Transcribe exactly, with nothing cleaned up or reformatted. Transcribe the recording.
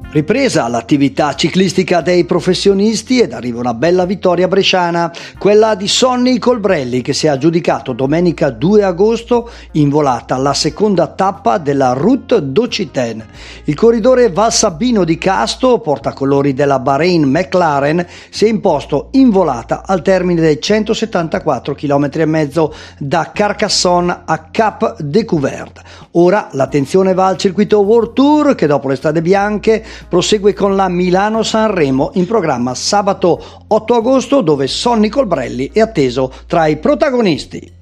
Ripresa l'attività ciclistica dei professionisti ed arriva una bella vittoria bresciana, quella di Sonny Colbrelli, che si è aggiudicato domenica due agosto in volata la seconda tappa della Route d'Occitane. Il corridore Valsabbino di Casto, portacolori della Bahrain McLaren, si è imposto in volata al termine dei centosettantaquattro chilometri e mezzo da Carcassonne a Cap Découverte. Ora l'attenzione va al circuito World Tour, che dopo le strade bianche prosegue con la Milano-Sanremo in programma sabato otto agosto, dove Sonny Colbrelli è atteso tra i protagonisti.